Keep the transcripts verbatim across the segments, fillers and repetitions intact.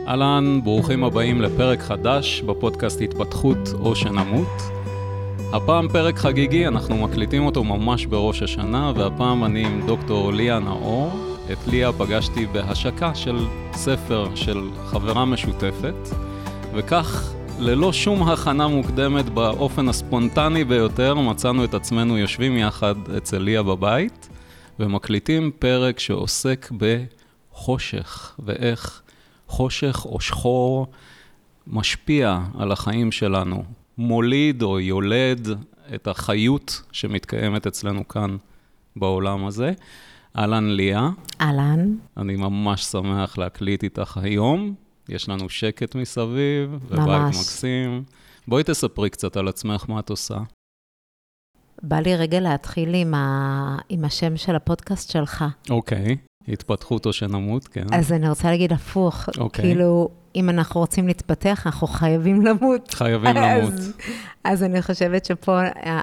אהלן, ברוכים הבאים לפרק חדש בפודקאסט התפתחות או שנמות. הפעם פרק חגיגי, אנחנו מקליטים אותו ממש בראש השנה, והפעם אני עם דוקטור ליה נאור. את ליה פגשתי בהשקה של ספר של חברה משותפת, וכך ללא שום הכנה מוקדמת באופן הספונטני ביותר, מצאנו את עצמנו יושבים יחד אצל ליה בבית, ומקליטים פרק שעוסק בחושך, ואיך חושך או שחור משפיע על החיים שלנו, מוליד או יולד את החיות שמתקיימת אצלנו כאן בעולם הזה. אהלן ליה. אהלן. אני ממש שמח להקליט איתך היום. יש לנו שקט מסביב, ובית מקסים. בואי תספרי קצת על עצמך, מה את עושה? בא לי רגע להתחיל עם, ה... עם השם של הפודקאסט שלך. אוקיי, התפתחות או שנמות, כן. אז אני רוצה להגיד הפוך. אוקיי. כאילו, אם אנחנו רוצים להתפתח, אנחנו חייבים למות. חייבים למות. אז, אז אני חושבת שפה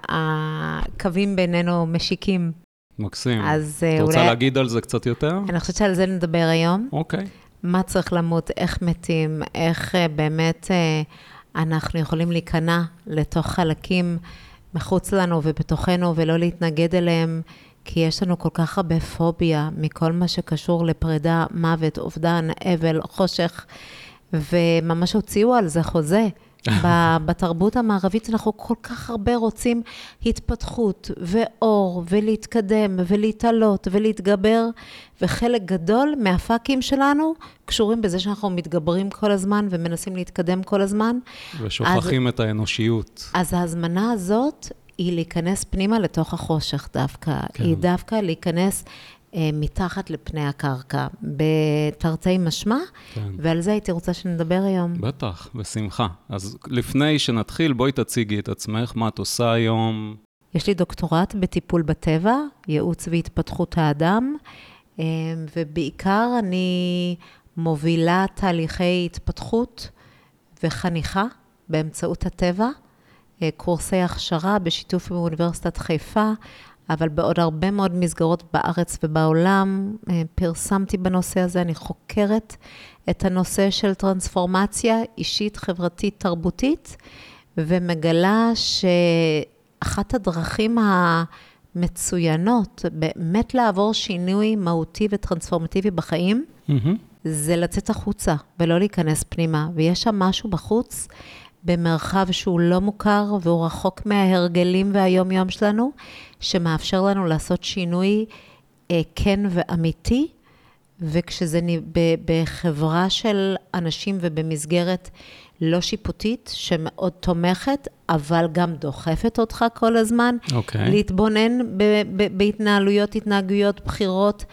הקווים בינינו משיקים. מקסים. אז את רוצה אולי... להגיד על זה קצת יותר? אני חושבת שעל זה נדבר היום. אוקיי. מה צריך למות, איך מתים, איך באמת אנחנו יכולים להיכנע לתוך חלקים מחוץ לנו ובתוכנו ולא להתנגד אליהם, כי יש לנו כל כך הרבה פוביה מכל מה שקשור לפרידה, מוות, אובדן, אבל, חושך, וממש הוציאו על זה חוזה. בתרבות המערבית אנחנו כל כך הרבה רוצים התפתחות ואור ולהתקדם ולהתעלות ולהתגבר, וחלק גדול מהפאקים שלנו קשורים בזה שאנחנו מתגברים כל הזמן ומנסים להתקדם כל הזמן. ושוכחים אז, את האנושיות. אז ההזמנה הזאת היא להיכנס פנימה לתוך החושך דווקא. כן. היא דווקא להיכנס מתחת לפני הקרקע, בתרתי משמע, כן. ועל זה הייתי רוצה שנדבר היום. בטח, בשמחה. אז לפני שנתחיל, בואי תציגי את עצמך, מה את עושה היום? יש לי דוקטורט בטיפול בטבע, ייעוץ והתפתחות האדם, ובעיקר אני מובילה תהליכי התפתחות וחניכה באמצעות הטבע, קורסי הכשרה בשיתוף עם אוניברסיטת חיפה, אבל בעוד הרבה מאוד מסגרות בארץ ובעולם, פרסמתי בנושא הזה, אני חוקרת את הנושא של טרנספורמציה אישית, חברתית, תרבותית, ומגלה שאחת הדרכים המצוינות, באמת לעבור שינוי מהותי וטרנספורמטיבי בחיים, mm-hmm. זה לצאת החוצה ולא להיכנס פנימה, ויש שם משהו בחוץ, במרחב שהוא לא מוכר והוא רחוק מההרגלים והיום יום שלנו, שמאפשר לנו לעשות שינוי אה, כן ואמיתי, וכשזה ב- בחברה של אנשים ובמסגרת לא שיפוטית, שמאוד תומכת, אבל גם דוחפת אותך כל הזמן, okay. להתבונן ב- ב- בהתנהלויות, התנהגויות, בחירות,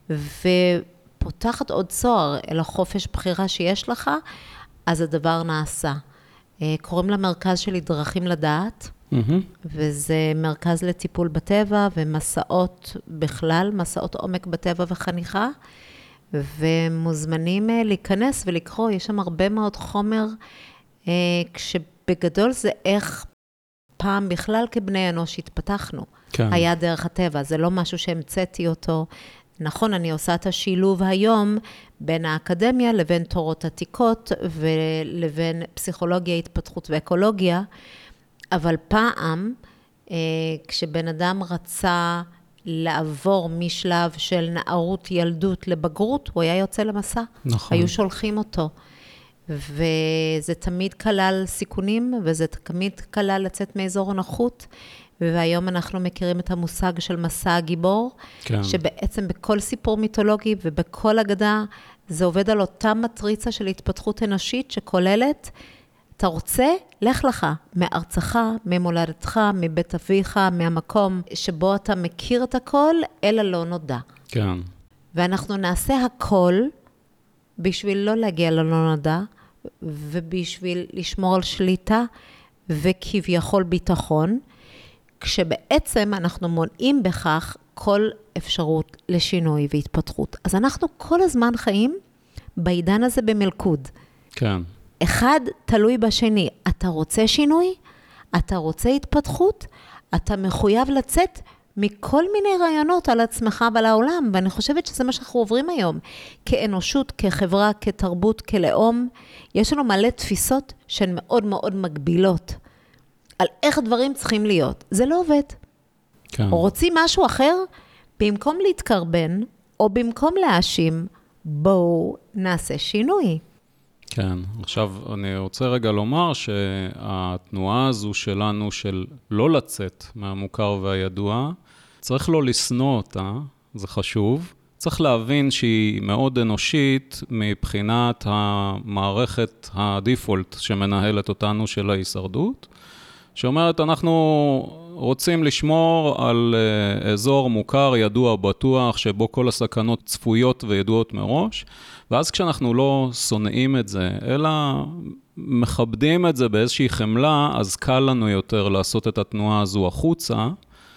ופותחת עוד צוהר אל החופש בחירה שיש לך, אז הדבר נעשה. קוראים למרכז שלי דרכים לדעת, mm-hmm. וזה מרכז לטיפול בטבע ומסעות בכלל, מסעות עומק בטבע וחניכה, ומוזמנים להיכנס ולקרוא, יש שם הרבה מאוד חומר, כשבגדול זה איך פעם בכלל כבני אנוש התפתחנו, כן. היה דרך הטבע, זה לא משהו שהמצאתי אותו, נכון, אני עושה את השילוב היום בין האקדמיה לבין תורות עתיקות ולבין פסיכולוגיה, התפתחות ואקולוגיה, אבל פעם, כשבן אדם רצה לעבור משלב של נערות, ילדות לבגרות, הוא היה יוצא למסע. נכון. היו שולחים אותו. וזה תמיד כלל סיכונים, וזה תמיד כלל לצאת מאזור הנוחות, והיום אנחנו מכירים את המושג של מסע הגיבור, כן. שבעצם בכל סיפור מיתולוגי ובכל אגדה, זה עובד על אותה מטריצה של התפתחות אנושית שכוללת, אתה רוצה? לך לך, מארצך, ממולדתך, מבית אביך, מהמקום שבו אתה מכיר את הכל, אלא לא נודע. כן. ואנחנו נעשה הכל בשביל לא להגיע ללא נודע, ובשביל לשמור על שליטה וכביכול ביטחון, כשבעצם אנחנו מונעים בכך כל אפשרות לשינוי והתפתחות. אז אנחנו כל הזמן חיים בעידן הזה במלכוד. כן. אחד תלוי בשני. אתה רוצה שינוי? אתה רוצה התפתחות? אתה מחויב לצאת מכל מיני רעיונות על עצמך ועל העולם, ואני חושבת שזה מה שאנחנו עוברים היום. כאנושות, כחברה, כתרבות, כלאום, יש לנו מלא תפיסות שהן מאוד מאוד מגבילות, על איך הדברים צריכים להיות. זה לא עובד. כן. או רוצים משהו אחר, במקום להתקרבן, או במקום להאשים, בואו נעשה שינוי. כן, עכשיו אני רוצה רגע לומר שהתנועה הזו שלנו של לא לצאת מהמוכר והידוע, צריך לא לשנוא אותה, זה חשוב. צריך להבין שהיא מאוד אנושית מבחינת המערכת הדיפולט שמנהלת אותנו של ההישרדות, שאומרת אנחנו רוצים לשמור על אזור מוכר, ידוע, בטוח, שבו כל הסכנות צפויות וידועות מראש, ואז כשאנחנו לא שונאים את זה, אלא מכבדים את זה באיזושהי חמלה, אז קל לנו יותר לעשות את התנועה הזו החוצה,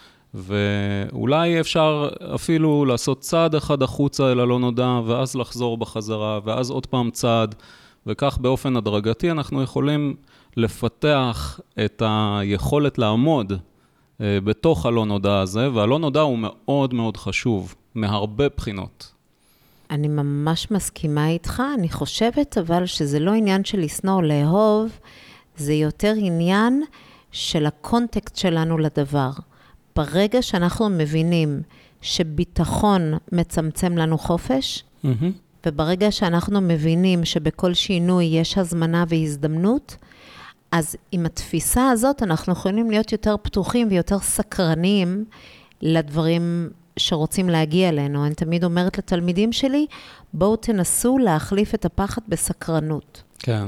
ואולי אפשר אפילו לעשות צעד אחד החוצה אל הלא נודע, ואז לחזור בחזרה, ואז עוד פעם צעד, וכך באופן הדרגתי אנחנו יכולים לפתח את היכולת לעמוד בתוך הלא נודע הזה, והלא נודע הוא מאוד מאוד חשוב, מהרבה בחינות. אני ממש מסכימה איתך, אני חושבת אבל שזה לא עניין של לשנוא או לאהוב, זה יותר עניין של הקונטקסט שלנו לדבר. ברגע שאנחנו מבינים שביטחון מצמצם לנו חופש, mm-hmm. וברגע שאנחנו מבינים שבכל שינוי יש הזמנה והזדמנות, אז עם התפיסה הזאת אנחנו יכולים להיות יותר פתוחים ויותר סקרנים לדברים שרוצים להגיע אלינו. אני תמיד אומרת לתלמידים שלי, בואו תנסו להחליף את הפחד בסקרנות. כן.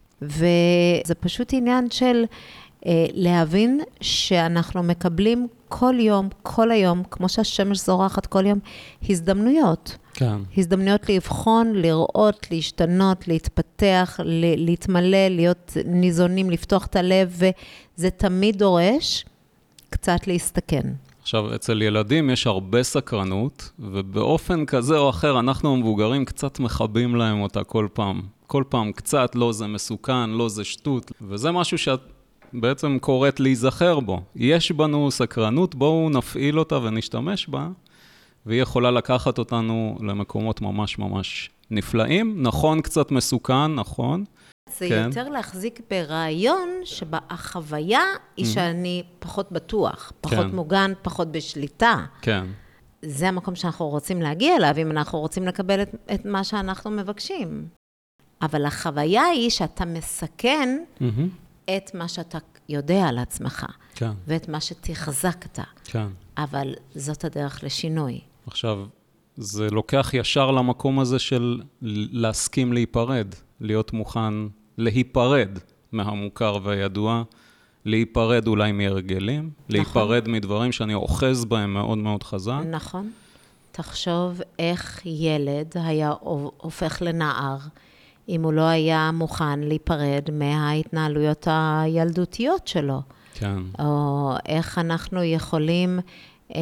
וזה פשוט עניין של אה, להבין שאנחנו מקבלים כל יום, כל היום, כמו שהשמש זורחת כל יום, הזדמנויות. כן. הזדמנויות לבחון, לראות, להשתנות, להתפתח, להתמלא, להיות ניזונים, לפתוח את הלב, וזה תמיד דורש קצת להסתכן. עכשיו, אצל ילדים יש הרבה סקרנות, ובאופן כזה או אחר, אנחנו המבוגרים קצת מחבים להם אותה כל פעם. כל פעם קצת, לא זה מסוכן, לא זה שטות, וזה משהו שאת בעצם קוראת להיזכר בו. יש בנו סקרנות, בואו נפעיל אותה ונשתמש בה, והיא יכולה לקחת אותנו למקומות ממש ממש נפלאים. נכון, קצת מסוכן, נכון. זה כן. יותר להחזיק ברעיון שבחוויה היא שאני פחות בטוח, פחות כן. מוגן, פחות בשליטה. כן. זה המקום שאנחנו רוצים להגיע אליו, אם אנחנו רוצים לקבל את, את מה שאנחנו מבקשים. אבל החוויה היא שאתה מסכן mm-hmm. את מה שאתה יודע על עצמך, כן. ואת מה שתחזקת. כן. אבל זאת הדרך לשינוי. עכשיו, זה לוקח ישר למקום הזה של להסכים להיפרד, להיות מוכן להיפרד מהמוכר והידוע, להיפרד אולי מהרגלים, נכון. להיפרד מדברים שאני אוחז בהם מאוד מאוד חזק. נכון. תחשוב איך ילד היה הופך לנער, אם הוא לא היה מוכן להיפרד מההתנהלויות הילדותיות שלו. כן. או איך אנחנו יכולים, אה,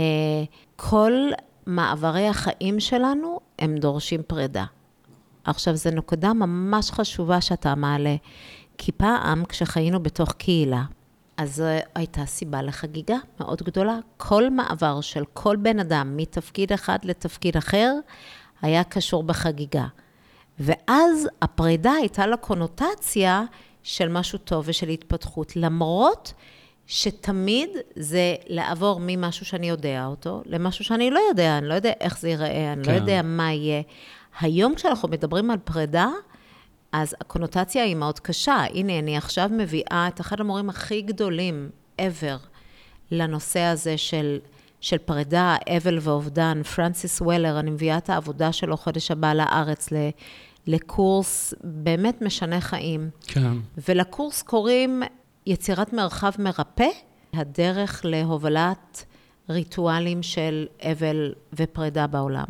כל מעברי החיים שלנו הם דורשים פרידה. עכשיו, זו נקודה ממש חשובה שאתה מעלה, כי פעם כשחיינו בתוך קהילה, אז זו הייתה סיבה לחגיגה מאוד גדולה. כל מעבר של כל בן אדם מתפקיד אחד לתפקיד אחר, היה קשור בחגיגה. ואז הפרידה הייתה לה קונוטציה של משהו טוב ושל התפתחות, למרות שתמיד זה לעבור ממשהו שאני יודע אותו, למשהו שאני לא יודע, אני לא יודע איך זה ייראה, אני כן. לא יודע מה יהיה. היום כשאנחנו מדברים על פרידה, אז הקונוטציה היא מאוד קשה. הנה, אני עכשיו מביאה את אחד המורים הכי גדולים ever לנושא הזה של, של פרידה, אבל ואובדן, פרנסיס וולר, אני מביאה את העבודה שלו חודש הבא לארץ לקורס באמת משנה חיים. כן. ולקורס קוראים יצירת מרחב מרפא, הדרך להובלת ריטואלים של אבל ופרידה בעולם.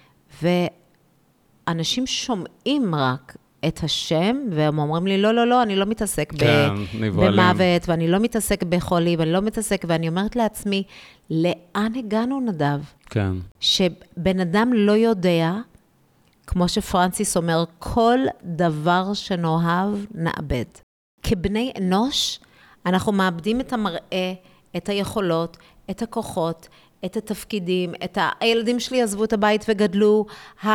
ואנשים שומעים רק את השם, והם אומרים לי, לא, לא, לא, אני לא מתעסק כן, ב- במוות, ואני לא מתעסק בחולי, ואני לא מתעסק, ואני אומרת לעצמי, לאן הגענו נדב? כן. שבן אדם לא יודע, כמו שפרנסיס אומר, כל דבר שנאהב נאבד. כבני אנוש, אנחנו מאבדים את המראה, את היכולות, את הכוחות, את התפקידים, את ה... הילדים שלי עזבו את הבית וגדלו,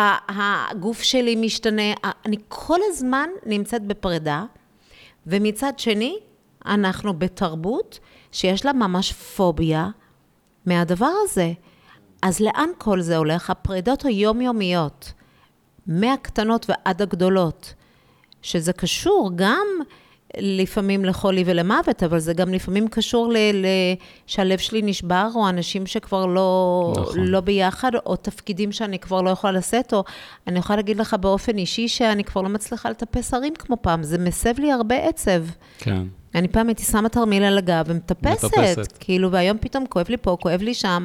הגוף שלי משתנה, אני כל הזמן נמצאת בפרידה, ומצד שני, אנחנו בתרבות שיש לה ממש פוביה מהדבר הזה. אז לאן כל זה הולך? הפרידות היומיומיות, מהקטנות ועד הגדולות, שזה קשור גם לפעמים לחולי ולמוות, אבל זה גם לפעמים קשור ל- ל- שהלב שלי נשבר, או אנשים שכבר לא, נכון. לא ביחד, או תפקידים שאני כבר לא יכולה לשאת, או אני יכולה להגיד לך באופן אישי שאני כבר לא מצליחה לטפס הרים כמו פעם, זה מסב לי הרבה עצב. כן. אני פעם הייתי שמה תרמיל על הגב ומטפסת, מטפסת. כאילו, והיום פתאום כואב לי פה, כואב לי שם.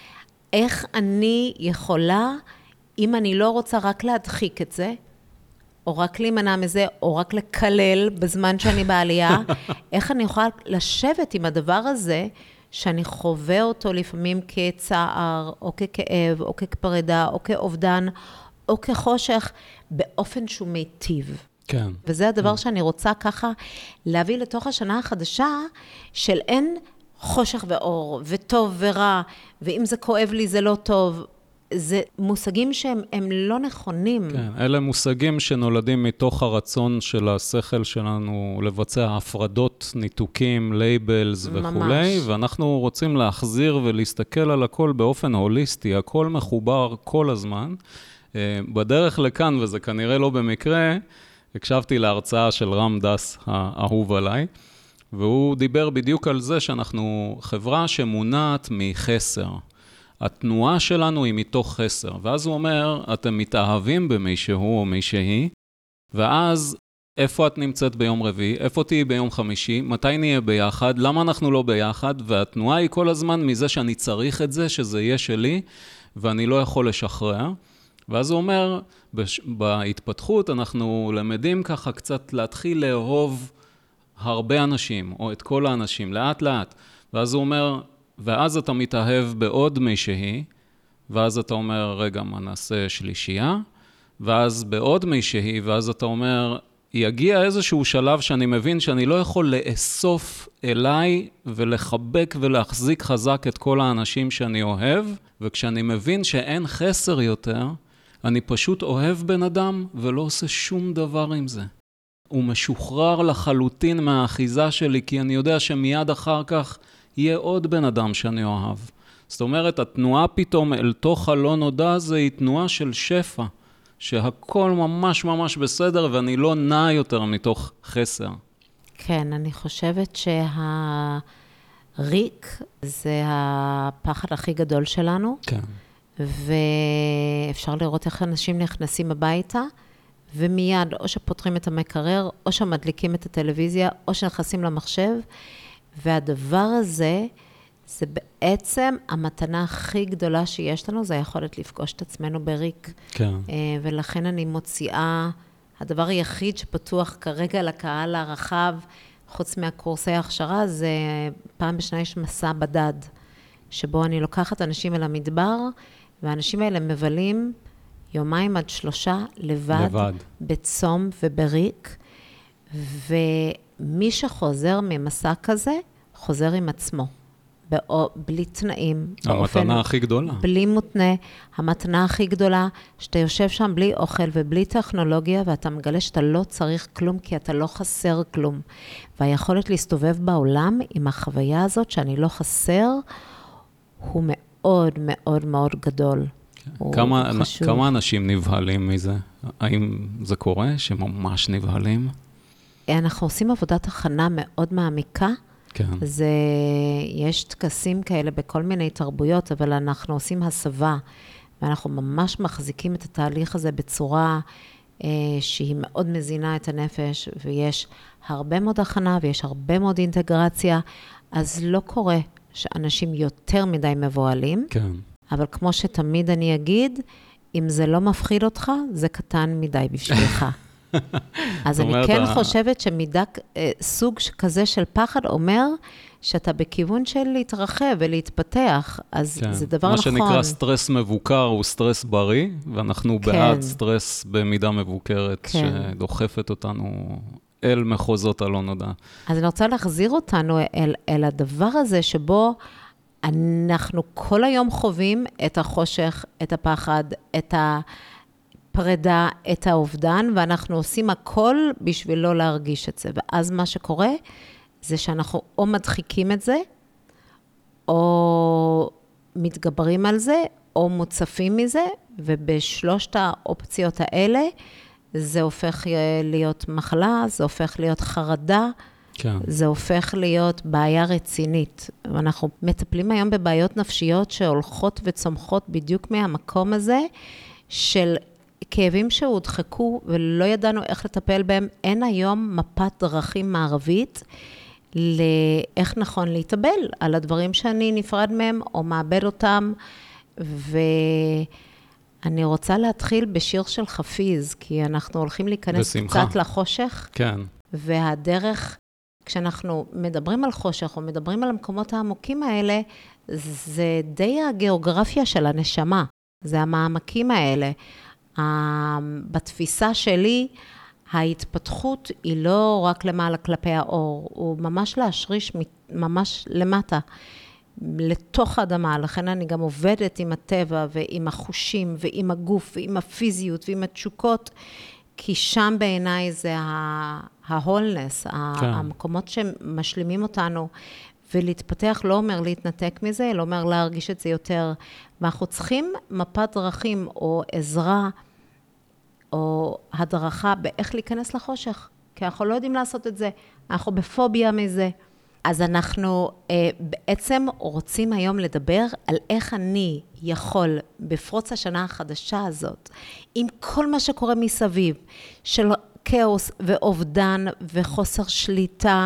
איך אני יכולה, אם אני לא רוצה רק להדחיק את זה, או רק להימנע מזה, או רק לקלל בזמן שאני בעלייה, איך אני יכולה לשבת עם הדבר הזה, שאני חווה אותו לפעמים כצער, או ככאב, או כפרידה, או כאובדן, או כחושך, באופן שהוא מיטיב. כן. וזה הדבר שאני רוצה ככה להביא לתוך השנה החדשה, של אין חושך ואור, וטוב ורע, ואם זה כואב לי זה לא טוב, זה מושגים שהם הם לא נכונים. כן, אלה מושגים שנולדים מתוך הרצון של השכל שלנו לבצע הפרדות, ניתוקים, לייבלס וכולי, ואנחנו רוצים להחזיר ולהסתכל על הכל באופן הוליסטי, הכל מחובר כל הזמן. בדרך לכאן, וזה כנראה לא במקרה, הקשבתי להרצאה של רם דס האהוב עליי, והוא דיבר בדיוק על זה שאנחנו חברה שמונעת מחסר. התנועה שלנו היא מתוך חסר. ואז הוא אומר, אתם מתאהבים במישהו או מישהי, ואז איפה את נמצאת ביום רביעי? איפה תהיי ביום חמישי? מתי נהיה ביחד? למה אנחנו לא ביחד? והתנועה היא כל הזמן מזה שאני צריך את זה, שזה יהיה שלי, ואני לא יכול לשחרר. ואז הוא אומר, בהתפתחות אנחנו למדים ככה קצת להתחיל לאהוב הרבה אנשים, או את כל האנשים, לאט לאט. ואז הוא אומר, ואז אתה מתאהב בעוד מישהי, ואז אתה אומר, רגע, מה נעשה שלישייה? ואז בעוד מישהי, ואז אתה אומר, יגיע איזשהו שלב שאני מבין שאני לא יכול לאסוף אליי ולחבק ולהחזיק חזק את כל האנשים שאני אוהב, וכשאני מבין שאין חסר יותר, אני פשוט אוהב בן אדם ולא עושה שום דבר עם זה. הוא משוחרר לחלוטין מהאחיזה שלי, כי אני יודע שמיד אחר כך יהיה עוד בן אדם שאני אוהב. זאת אומרת, התנועה פתאום אל תוך הלא נודע זה היא תנועה של שפע, שהכל ממש ממש בסדר ואני לא נע יותר מתוך חסר. כן, אני חושבת שהריק זה הפחד הכי גדול שלנו. כן. ואפשר לראות איך אנשים נכנסים הביתה, ומיד או שפותחים את המקרר, או שמדליקים את הטלוויזיה, או שנכנסים למחשב, והדבר הזה, זה בעצם המתנה הכי גדולה שיש לנו, זה היכולת לפגוש את עצמנו בריק. כן. ולכן אני מוציאה, הדבר היחיד שפתוח כרגע לקהל הרחב, חוץ מהקורסי ההכשרה, זה פעם בשנה יש מסע בדד, שבו אני לוקחת אנשים אל המדבר, והאנשים האלה מבלים יומיים עד שלושה לבד, לבד. בצום ובריק, ומי שחוזר ממסע כזה, חוזר עם עצמו, בא, בלי תנאים. המתנה באופן, הכי גדולה. בלי מותנה, המתנה הכי גדולה, שאתה יושב שם בלי אוכל ובלי טכנולוגיה, ואתה מגלה שאתה לא צריך כלום, כי אתה לא חסר כלום. והיכולת להסתובב בעולם עם החוויה הזאת, שאני לא חסר, הוא מאוד מאוד מאוד גדול. כמה, כמה אנשים נבהלים מזה? האם זה קורה שממש נבהלים? אנחנו עושים עבודת הכנה מאוד מעמיקה. כן. זה, יש תקסים כאלה בכל מיני תרבויות, אבל אנחנו עושים הסבה, ואנחנו ממש מחזיקים את התהליך הזה בצורה אה, שהיא מאוד מזינה את הנפש, ויש הרבה מאוד הכנה, ויש הרבה מאוד אינטגרציה, אז לא קורה שאנשים יותר מדי מבועלים. כן. אבל כמו שתמיד אני אגיד, אם זה לא מפחיד אותך, זה קטן מדי בשבילך. אז אני כן חושבת שמידה, סוג כזה של פחד אומר, שאתה בכיוון של להתרחב ולהתפתח, אז זה דבר נכון. מה שנקרא סטרס מבוקר הוא סטרס בריא, ואנחנו בעד סטרס במידה מבוקרת, שדוחפת אותנו אל מחוזות הלא נודע. אז אני רוצה להחזיר אותנו אל, אל הדבר הזה שבו אנחנו כל היום חווים את החושך, את הפחד, את הפרידה, את האובדן, ואנחנו עושים הכל בשביל לא להרגיש את זה. ואז מה שקורה, זה שאנחנו או מדחיקים את זה, או מתגברים על זה, או מוצפים מזה, ובשלושת האופציות האלה, זה הופך להיות מחלה, זה הופך להיות חרדה, כן. זה הופך להיות בעיה רצינית. ואנחנו מטפלים היום בבעיות נפשיות שהולכות וצומחות בדיוק מהמקום הזה, של כאבים שהודחקו ולא ידענו איך לטפל בהם. אין היום מפת דרכים מערבית, לאיך נכון להתאבל על הדברים שאני נפרד מהם או מאבד אותם, ואני רוצה להתחיל בשיר של חפיז, כי אנחנו הולכים להיכנס בשמחה. קצת לחושך, כן. והדרך, כשאנחנו מדברים על חושך, או מדברים על המקומות העמוקים האלה, זה די הגיאוגרפיה של הנשמה, זה המעמקים האלה. בתפיסה שלי, ההתפתחות היא לא רק למעלה כלפי האור, הוא ממש להשריש ממש למטה, לתוך האדמה. לכן אני גם עובדת עם הטבע ועם החושים ועם הגוף ועם הפיזיות ועם התשוקות, כי שם בעיניי זה ההולנס, כן. המקומות שמשלימים אותנו, ולהתפתח לא אומר להתנתק מזה, לא אומר להרגיש את זה יותר. ואנחנו צריכים מפת דרכים או עזרה, או הדרכה באיך להיכנס לחושך, כי אנחנו לא יודעים לעשות את זה, אנחנו בפוביה מזה. אז אנחנו אה, בעצם רוצים היום לדבר על איך אני יכול בפרוץ השנה החדשה הזאת, עם כל מה שקורה מסביב, של כאוס ואובדן וחוסר שליטה,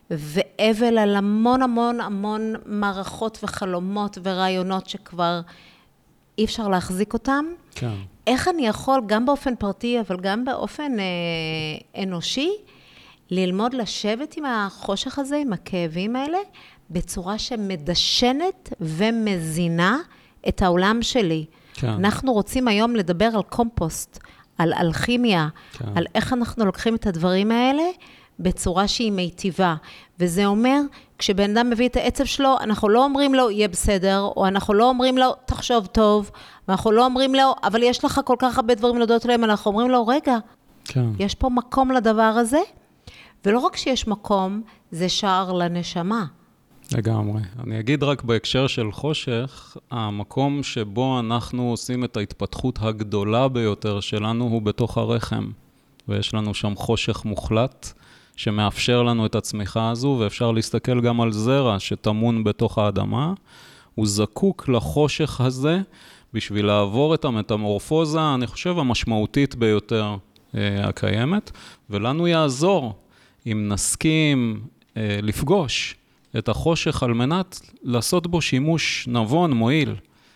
ואבל על המון המון המון מערכות וחלומות ורעיונות שכבר אי אפשר להחזיק אותם. כן. איך אני יכול, גם באופן פרטי, אבל גם באופן אה, אנושי, ללמוד לשבת עם החושך הזה, עם הכאבים האלה, בצורה שמדשנת ומזינה את העולם שלי. כן. אנחנו רוצים היום לדבר על קומפוסט, על אלכימיה, כן. על איך אנחנו לוקחים את הדברים האלה, בצורה שהיא מיטיבה. וזה אומר, כשבן אדם מביא את העצב שלו, אנחנו לא אומרים לו, יהיה בסדר, או אנחנו לא אומרים לו, תחשוב טוב, ואנחנו לא אומרים לו, אבל יש לך כל כך הרבה דברים להודות להם, אנחנו אומרים לו, רגע, כן. יש פה מקום לדבר הזה, ולא רק שיש מקום, זה שער לנשמה. לגמרי. אני אגיד רק בהקשר של חושך, המקום שבו אנחנו עושים את ההתפתחות הגדולה ביותר שלנו, הוא בתוך הרחם. ויש לנו שם חושך מוחלט, שמאפשר לנו את הצמיחה הזו, ואפשר להסתכל גם על זרע שתמון בתוך האדמה. הוא זקוק לחושך הזה, בשביל לעבור את המטמורפוזה, אני חושב, המשמעותית ביותר אה, הקיימת, ולנו יעזור, אם נסכים אה, לפגוש את החושך על מנת לעשות בו שימוש נבון, מועיל.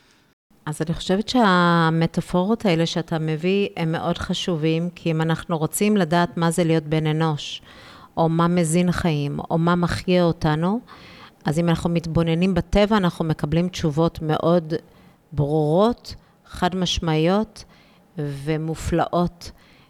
אז אני חושבת שהמטאפורות האלה שאתה מביא הם מאוד חשובים, כי אם אנחנו רוצים לדעת מה זה להיות בן אנוש, או מה מזין חיים, או מה מחיה אותנו, אז אם אנחנו מתבוננים בטבע, אנחנו מקבלים תשובות מאוד ברורות, חד משמעיות ומופלאות.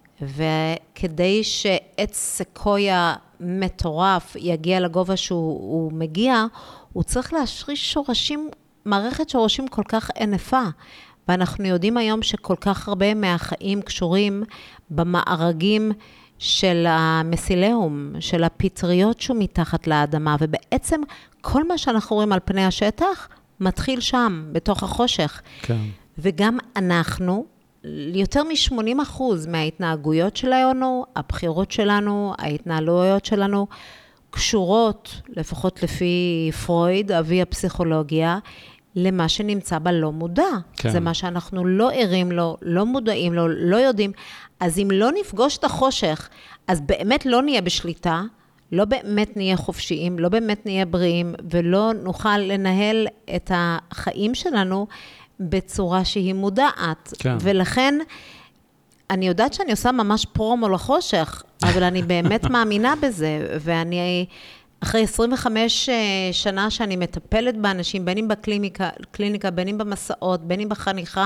וכדי שעץ סקויה מטורף יגיע לגובה שהוא מגיע, הוא צריך להשריש שורשים, מערכת שורשים כל כך ענפה. ואנחנו יודעים היום שכל כך הרבה מהחיים קשורים במארגים של המסילאום, של הפטריות שהוא מתחת לאדמה, ובעצם כל מה שאנחנו רואים על פני השטח, מתחיל שם, בתוך החושך. כן. וגם אנחנו, יותר מ-שמונים אחוז מההתנהגויות שלנו, הבחירות שלנו, ההתנהלויות שלנו, קשורות, לפחות לפי פרויד, אבי הפסיכולוגיה, למה שנמצא בלא מודע. כן. זה מה שאנחנו לא ערים לו, לא מודעים לו, לא יודעים. אז אם לא נפגוש את החושך, אז באמת לא נהיה בשליטה, לא באמת נהיה חופשיים, לא באמת נהיה בריאים, ולא נוכל לנהל את החיים שלנו בצורה שהיא מודעת. כן. ולכן, אני יודעת שאני עושה ממש פרומו לחושך, אבל אני באמת מאמינה בזה, ואני אחרי עשרים וחמש שנה שאני מטפלת באנשים, בין אם בקליניקה, קליניקה, בין אם במסעות, בין אם בחניכה,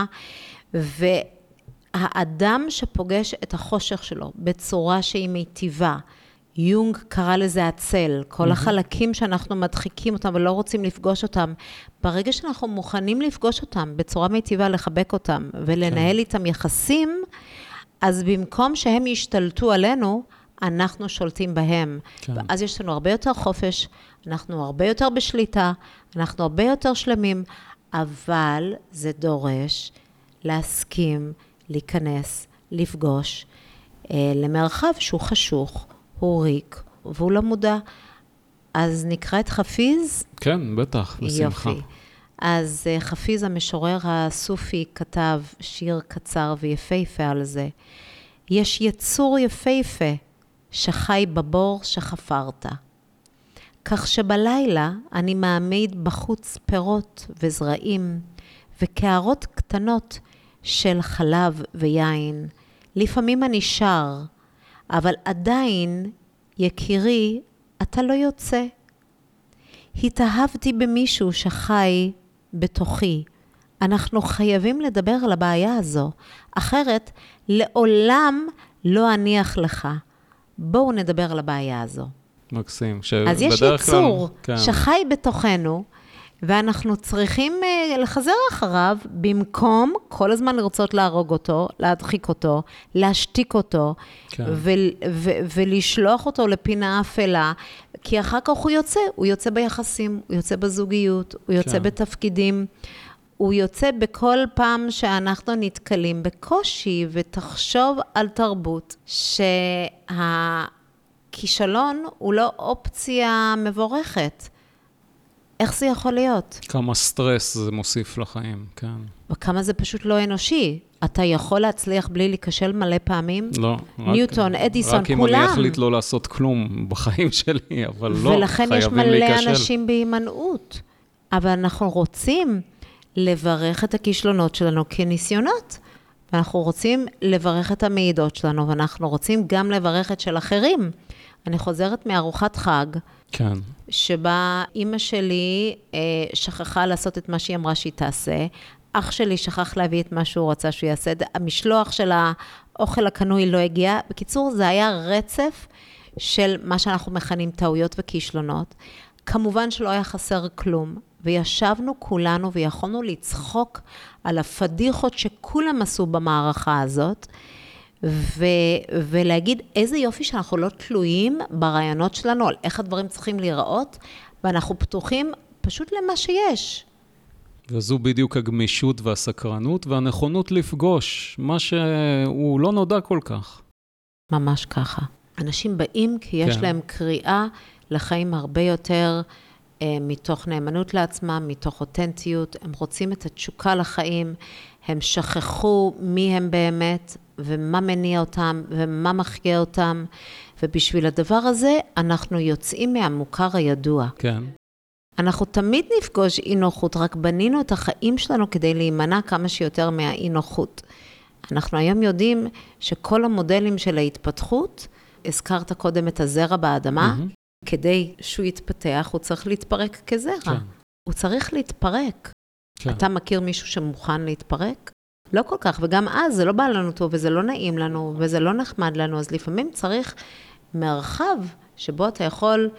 והאדם שפוגש את החושך שלו בצורה שהיא מיטיבה, יונג קרא לזה הצל, כל mm-hmm. החלקים שאנחנו מדחיקים אותם ולא רוצים לפגוש אותם, ברגע שאנחנו מוכנים לפגוש אותם, בצורה מיטיבה לחבק אותם, ולנהל כן. איתם יחסים, אז במקום שהם ישתלטו עלינו, אנחנו שולטים בהם. כן. ואז יש לנו הרבה יותר חופש, אנחנו הרבה יותר בשליטה, אנחנו הרבה יותר שלמים, אבל זה דורש להסכים, להיכנס, לפגוש, אה, למרחב שהוא חשוך, הוא ריק, והוא לא מודע. אז נקרא את חפיז? כן, בטח, בשמחה. יופי. אז uh, חפיז המשורר הסופי כתב שיר קצר ויפהפה על זה. יש יצור יפהפה שחי בבור שחפרת. כך שבלילה אני מעמיד בחוץ פירות וזרעים וקערות קטנות של חלב ויין. לפעמים אני שר, אבל עדיין, יקירי, אתה לא יוצא. התאהבתי במישהו שחי בתוכי. אנחנו חייבים לדבר על הבעיה הזו, אחרת לעולם לא אניח לך. בואו נדבר על הבעיה הזו. מקסים. אז יש יצור כן. שחי בתוכנו, ואנחנו צריכים uh, לחזר אחריו, במקום כל הזמן לרצות להרוג אותו, להדחיק אותו, להשתיק אותו, כן. ו- ו- ולשלוח אותו לפינה אפלה, כי אחר כך הוא יוצא, הוא יוצא ביחסים, הוא יוצא בזוגיות, הוא יוצא כן. בתפקידים, הוא יוצא בכל פעם שאנחנו נתקלים בקושי, ותחשוב על תרבות, שהכישלון הוא לא אופציה מבורכת. איך זה יכול להיות? כמה סטרס זה מוסיף לחיים, כן. וכמה זה פשוט לא אנושי. אתה יכול להצליח בלי להיכשל מלא פעמים? לא. ניוטון, רק, אדיסון, רק כולם. רק אם אני אחליט לא לעשות כלום בחיים שלי, אבל לא, חייבים להיכשל. ולכן יש מלא אנשים בהימנעות. אבל אנחנו רוצים לברך את הכישלונות שלנו כניסיונות, ואנחנו רוצים לברך את המעידות שלנו, ואנחנו רוצים גם לברך את של אחרים. אני חוזרת מארוחת חג, כן. שבה אמא שלי אה, שכחה לעשות את מה שהיא אמרה שהיא תעשה, אח שלי שכח להביא את מה שהוא רצה שהוא יעשה, המשלוח של האוכל הקנוי לא הגיע. בקיצור, זה היה רצף של מה שאנחנו מכנים טעויות וכישלונות. כמובן שלא היה חסר כלום, וישבנו כולנו ויכולנו לצחוק על הפדיחות שכולם עשו במערכה הזאת, ו- ולהגיד איזה יופי שאנחנו לא תלויים ברעיונות שלנו, על איך הדברים צריכים להיראות, ואנחנו פתוחים פשוט למה שיש. וזו בדיוק הגמישות והסקרנות והנכונות לפגוש, מה שהוא לא נודע כל כך. ממש ככה. אנשים באים כי יש כן. להם קריאה לחיים הרבה יותר אה, מתוך נאמנות לעצמם, מתוך אותנטיות, הם רוצים את התשוקה לחיים, הם שכחו מי הם באמת, ומה מניע אותם, ומה מחיה אותם, ובשביל הדבר הזה, אנחנו יוצאים מהמוכר הידוע. כן. אנחנו תמיד נפגוש אי נוחות, רק בנינו את החיים שלנו כדי להימנע כמה שיותר מהאי נוחות. אנחנו היום יודעים שכל המודלים של ההתפתחות, הזכרת קודם את הזרע באדמה, mm-hmm. כדי שהוא יתפתח, הוא צריך להתפרק כזרע. כן. הוא צריך להתפרק. כן. אתה מכיר מישהו שמוכן להתפרק? לא כל כך, וגם אז זה לא בא לנו טוב, וזה לא נעים לנו, וזה לא נחמד לנו, אז לפעמים צריך מרחב שבו אתה יכול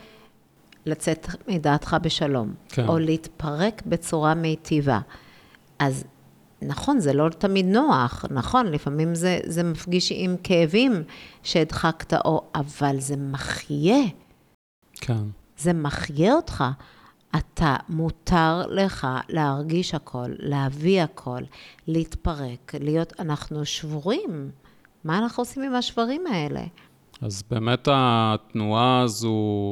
לצאת מדעתך בשלום, כן. או להתפרק בצורה מיטיבה. אז נכון, זה לא תמיד נוח, נכון, לפעמים זה, זה מפגיש עם כאבים שהדחקת, או, אבל זה מחיה. כן. זה מחיה אותך. אתה מותר לך להרגיש הכל, להביא הכל, להתפרק, להיות, אנחנו שבורים. מה אנחנו עושים עם השברים האלה? אז באמת התנועה הזו,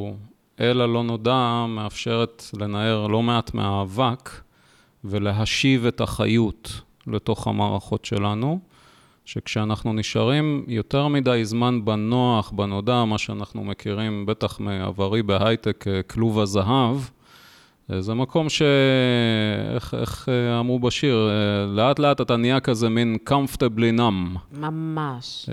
אל הלא נודע, מאפשרת לנער לא מעט מהאבק, ולהשיב את החיות לתוך המערכות שלנו, שכשאנחנו נשארים יותר מדי זמן בנוח, בנודע, מה שאנחנו מכירים בטח מעברי בהייטק, כלוב הזהב, זה מקום ש... איך, איך אמרו בשיר, לאט לאט אתה נהיה כזה מין comfortably numb. ממש.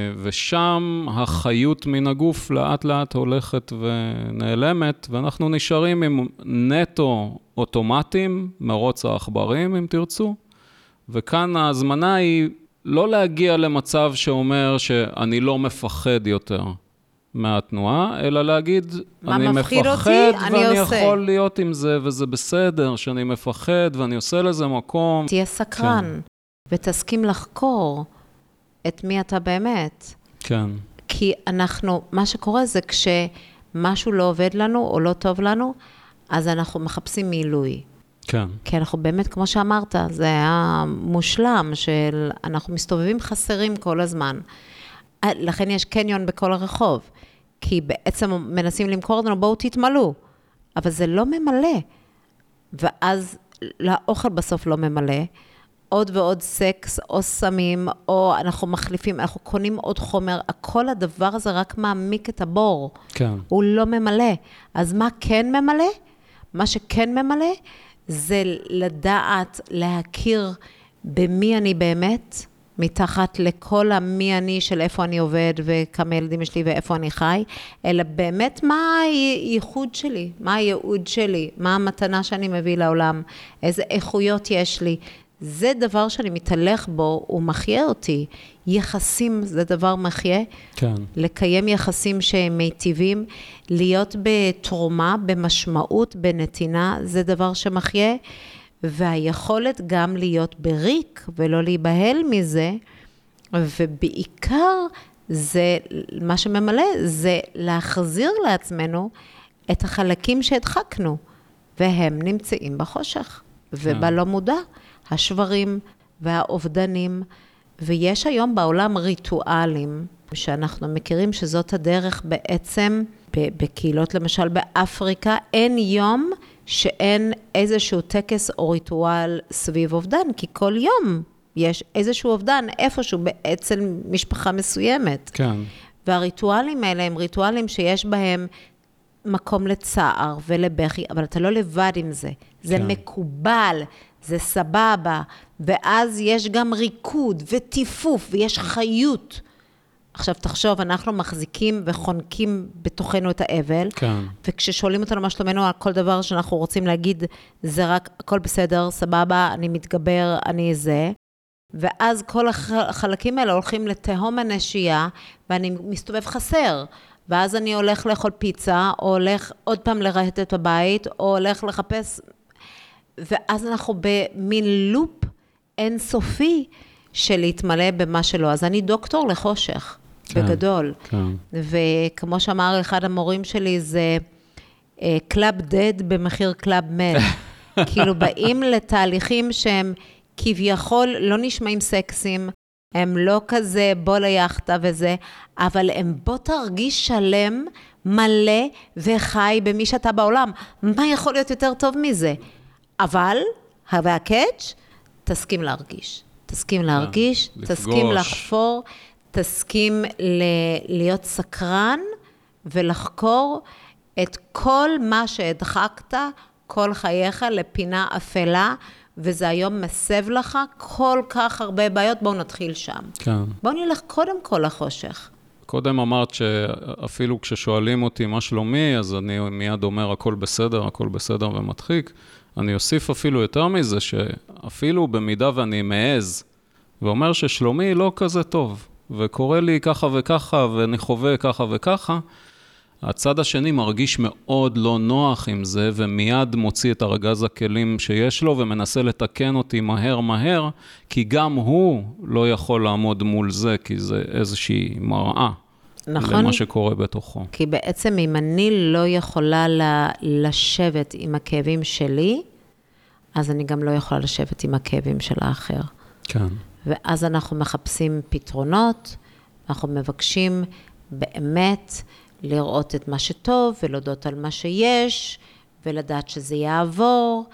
ושם החיות מן הגוף לאט לאט הולכת ונעלמת, ואנחנו נשארים עם נטו אוטומטיים, מרוץ העכברים אם תרצו, וכאן ההזמנה היא לא להגיע למצב שאומר שאני לא מפחד יותר, מהתנועה, אלא להגיד, אני מפחד ואני יכול להיות עם זה, וזה בסדר, שאני מפחד ואני עושה לזה מקום. תהיה סקרן, ותסכים לחקור את מי אתה באמת. כן. כי אנחנו, מה שקורה זה כשמשהו לא עובד לנו או לא טוב לנו, אז אנחנו מחפשים מילוי. כן. כי אנחנו באמת, כמו שאמרת, זה היה מושלם של אנחנו מסתובבים חסרים כל הזמן. לכן יש קניון בכל הרחוב, כי בעצם מנסים למכור לנו, בואו תתמלאו, אבל זה לא ממלא. ואז לאוכל בסוף לא ממלא, עוד ועוד סקס, או סמים, או אנחנו מחליפים, אנחנו קונים עוד חומר, הכל הדבר הזה רק מעמיק את הבור. כן. הוא לא ממלא. אז מה כן ממלא? מה שכן ממלא, זה לדעת, להכיר במי אני באמת, מתחת לכל המי אני של איפה אני עובד וכמה ילדים יש לי ואיפה אני חי, אלא באמת מה הייחוד שלי, מה הייעוד שלי, מה המתנה שאני מביא לעולם, איזה איכויות יש לי. זה דבר שאני מתהלך בו, הוא מחיה אותי. יחסים זה דבר מחיה. כן. לקיים יחסים שהם מיטיבים, להיות בתרומה, במשמעות, בנתינה, זה דבר שמחיה. והיכולת גם להיות בריק ולא להיבהל מזה, ובעיקר זה, מה שממלא זה להחזיר לעצמנו את החלקים שהדחקנו, והם נמצאים בחושך, ובלא מודע, השברים והאובדנים, ויש היום בעולם ריטואלים, שאנחנו מכירים שזאת הדרך בעצם, בקהילות למשל באפריקה, אין יום שאין איזשהו טקס או ריטואל סביב אובדן, כי כל יום יש איזשהו אובדן, איפשהו בעצם משפחה מסוימת. כן. והריטואלים האלה הם ריטואלים שיש בהם מקום לצער ולבכי, אבל אתה לא לבד עם זה. זה כן. מקובל, זה סבבה, ואז יש גם ריקוד וטיפוף, ויש חיות. עכשיו תחשוב, אנחנו מחזיקים וחונקים בתוכנו את האבל, כן. וכששואלים אותנו מה שלומנו על כל דבר שאנחנו רוצים להגיד, זה רק הכל בסדר, סבבה, אני מתגבר, אני זה, ואז כל החלקים האלה הולכים לתהום הנשייה, ואני מסתובב חסר, ואז אני הולך לאכול פיצה, או הולך עוד פעם לרהט את הבית, או הולך לחפש, ואז אנחנו במין לופ אינסופי, של להתמלא במה שלא. אז אני דוקטור לחושך. בגדול. כן. וכמו שאמר אחד המורים שלי, זה קלאב דד במחיר קלאב מד. כאילו באים לתהליכים שהם כביכול לא נשמעים סקסים, הם לא כזה בוא ליחטה וזה, אבל הם בוא תרגיש שלם, מלא וחי במי שאתה בעולם. מה יכול להיות יותר טוב מזה? אבל, והקאץ', תסכים להרגיש. תסכים להרגיש, תסכים לחפור, תסכים להיות סקרן ולחקור את כל מה שהדחקת, כל חייך לפינה אפלה, וזה היום מסב לך כל כך הרבה בעיות, בואו נתחיל שם. כן. בואו נלך קודם כל לחושך. קודם אמרת שאפילו כששואלים אותי מה שלומי, אז אני מיד אומר הכל בסדר, הכל בסדר ומדחיק. אני אוסיף אפילו יותר מזה, שאפילו במידה ואני מעז, ואומר ששלומי לא כזה טוב, וקורא לי ככה וככה, ואני חווה ככה וככה, הצד השני מרגיש מאוד לא נוח עם זה, ומיד מוציא את ארגז הכלים שיש לו, ומנסה לתקן אותי מהר מהר, כי גם הוא לא יכול לעמוד מול זה, כי זה איזושהי מראה. נכון. למה שקורה בתוכו. כי בעצם אם אני לא יכולה לשבת עם הכאבים שלי, אז אני גם לא יכולה לשבת עם הכאבים של האחר. כן. ואז אנחנו מחפשים פתרונות, אנחנו מבקשים באמת לראות את מה שטוב, ולהודות על מה שיש, ולדעת שזה יעבור,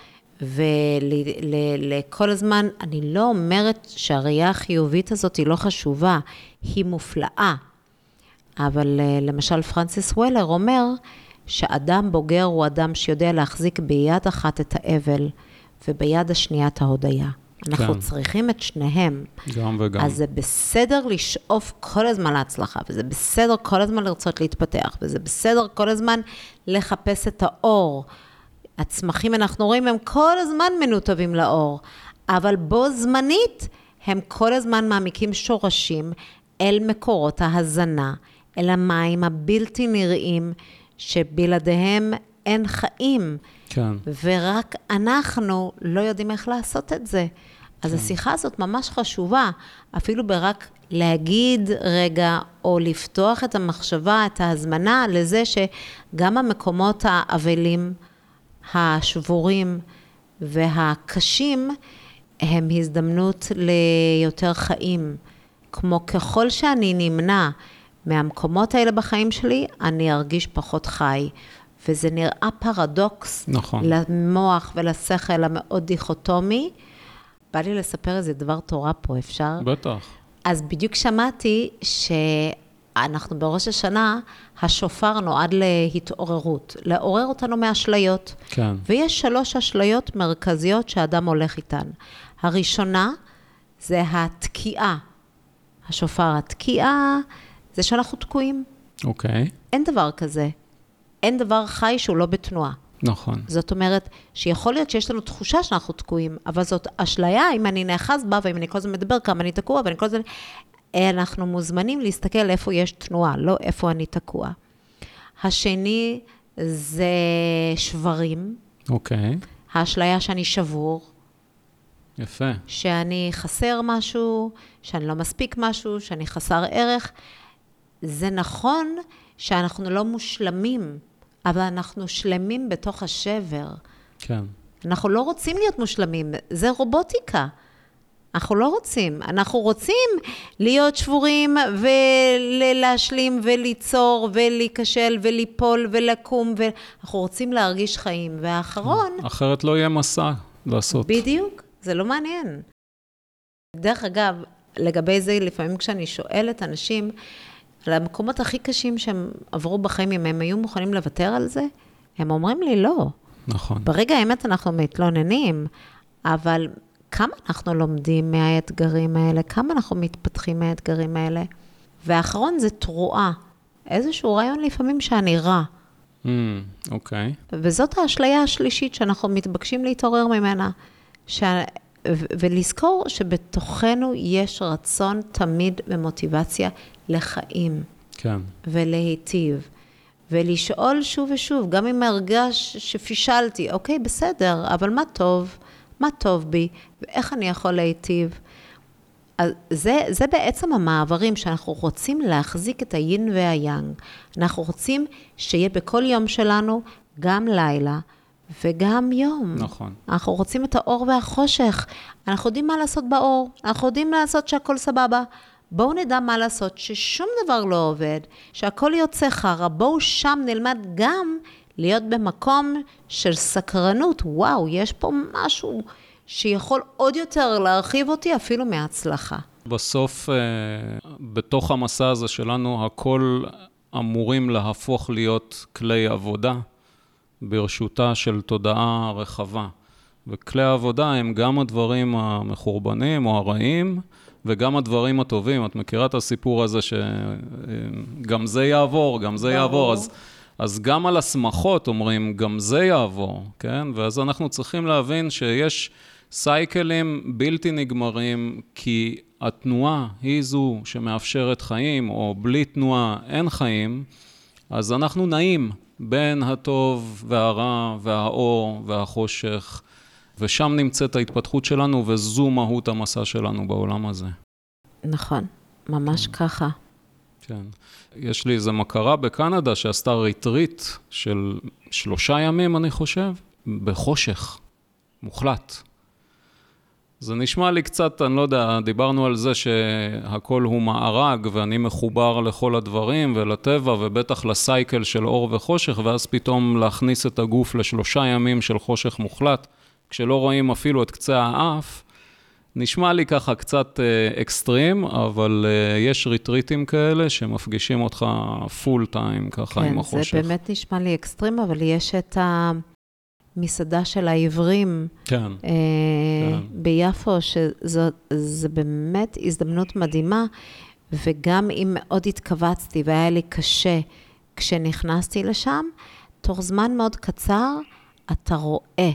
ולכל הזמן, אני לא אומרת שהראייה החיובית הזאת היא לא חשובה, היא מופלאה. אבל למשל פרנסיס וולר אומר, שאדם בוגר הוא אדם שיודע להחזיק ביד אחת את האבל, וביד השנייה את ההודיה. אנחנו כן. צריכים את שניהם. גם וגם. אז זה בסדר לשאוף כל הזמן להצלחה, וזה בסדר כל הזמן לרצות להתפתח, וזה בסדר כל הזמן לחפש את האור. הצמחים אנחנו רואים, הם כל הזמן מנותבים לאור, אבל בו זמנית, הם כל הזמן מעמיקים שורשים אל מקורות ההזנה, אל המים הבלתי נראים, שבלעדיהם אין חיים. כן. ורק אנחנו לא יודעים איך לעשות את זה. אז השיחה הזאת ממש חשובה, אפילו ברק להגיד רגע, או לפתוח את המחשבה, את ההזמנה, לזה שגם המקומות האבלים, השבורים והקשים, הם הזדמנות ליותר חיים. כמו ככל שאני נמנע מהמקומות האלה בחיים שלי, אני ארגיש פחות חי. וזה נראה פרדוקס, נכון. למוח ולשכל המאוד דיכוטומי. בא לי לספר איזה דבר תורה פה, אפשר? בטח. אז בדיוק שמעתי שאנחנו בראש השנה, השופר נועד להתעוררות, לעורר אותנו מאשליות. כן. ויש שלוש אשליות מרכזיות שהאדם הולך איתן. הראשונה זה התקיעה. השופר התקיעה זה שאנחנו תקועים. אוקיי. אין דבר כזה. אין דבר חי שהוא לא בתנועה. נכון. זאת אומרת, שיכול להיות שיש לנו תחושה שאנחנו תקועים, אבל זאת אשליה, אם אני נאחז בה, ואם אני כל הזמן מדבר כמה אני תקוע, ואני כל הזמן... אנחנו מוזמנים להסתכל איפה יש תנועה, לא איפה אני תקוע. השני זה שברים. אוקיי. האשליה שאני שבור. יפה. שאני חסר משהו, שאני לא מספיק משהו, שאני חסר ערך. זה נכון שאנחנו לא מושלמים, אבל אנחנו שלמים בתוך השבר. כן. אנחנו לא רוצים להיות מושלמים, זה רובוטיקה. אנחנו לא רוצים. אנחנו רוצים להיות שבורים ולהשלים וליצור ולהיכשל וליפול ולקום, ואנחנו רוצים להרגיש חיים. והאחרון... אחרת לא יהיה מסע לעשות. בדיוק, זה לא מעניין. דרך אגב, לגבי זה, לפעמים כשאני שואלת אנשים, על המקומות הכי קשים שהם עברו בחיים, אם הם היו מוכנים לוותר על זה, הם אומרים לי לא. נכון. ברגע האמת אנחנו מתלוננים, אבל כמה אנחנו לומדים מהאתגרים האלה, כמה אנחנו מתפתחים מהאתגרים האלה. והאחרון זה תרועה, איזשהו רעיון לפעמים שאני רע. אוקיי. Mm, okay. וזאת האשליה השלישית שאנחנו מתבקשים להתעורר ממנה, ש... ולזכור שבתוכנו יש רצון תמיד ומוטיבציה לחיים. כן. ולהיטיב. ולשאול שוב ושוב, גם אם הרגש שפישלתי, אוקיי, בסדר, אבל מה טוב? מה טוב בי? ואיך אני יכול להיטיב? אז זה, זה בעצם המעברים שאנחנו רוצים להחזיק את היין והיאנג. אנחנו רוצים שיהיה בכל יום שלנו גם לילה, וגם יום. נכון. אנחנו רוצים את האור והחושך. אנחנו יודעים מה לעשות באור. אנחנו יודעים לעשות שהכל סבבה. בואו נדע מה לעשות ששום דבר לא עובד, שהכל יוצא חרה. בואו שם נלמד גם להיות במקום של סקרנות. וואו, יש פה משהו שיכול עוד יותר להרחיב אותי אפילו מההצלחה. בסוף, בתוך המסע הזה שלנו, הכל אמורים להפוך להיות כלי עבודה. ברשותה של תודעה רחבה. וכלי העבודה הם גם הדברים המחורבנים או הרעים, וגם הדברים הטובים. את מכירה את הסיפור הזה שגם זה יעבור, גם זה יעבור. אז, אז גם על הסמכות אומרים, גם זה יעבור, כן? ואז אנחנו צריכים להבין שיש סייקלים בלתי נגמרים, כי התנועה היא זו שמאפשרת חיים, או בלי תנועה אין חיים, אז אנחנו נעים. בין הטוב והרע והאור והחושך, ושם נמצאת ההתפתחות שלנו, וזו מהות המסע שלנו בעולם הזה. נכון, ממש כן. ככה. כן. יש לי איזו מכרה בקנדה שעשתה ריטריט של שלושה ימים, אני חושב, בחושך, מוחלט. זה נשמע לי קצת, אני לא יודע, דיברנו על זה שהכל הוא מארג, ואני מחובר לכל הדברים ולטבע, ובטח לסייקל של אור וחושך, ואז פתאום להכניס את הגוף לשלושה ימים של חושך מוחלט, כשלא רואים אפילו את קצה האף, נשמע לי ככה קצת אקסטרים, אבל יש ריטריטים כאלה שמפגישים אותך פול טיים ככה כן, עם החושך. כן, זה באמת נשמע לי אקסטרים, אבל יש את ה... מסעדה של העברים כן, אה, כן. ביפו, שזה באמת הזדמנות מדהימה, וגם אם מאוד התכווצתי והיה לי קשה כשנכנסתי לשם, תוך זמן מאוד קצר אתה רואה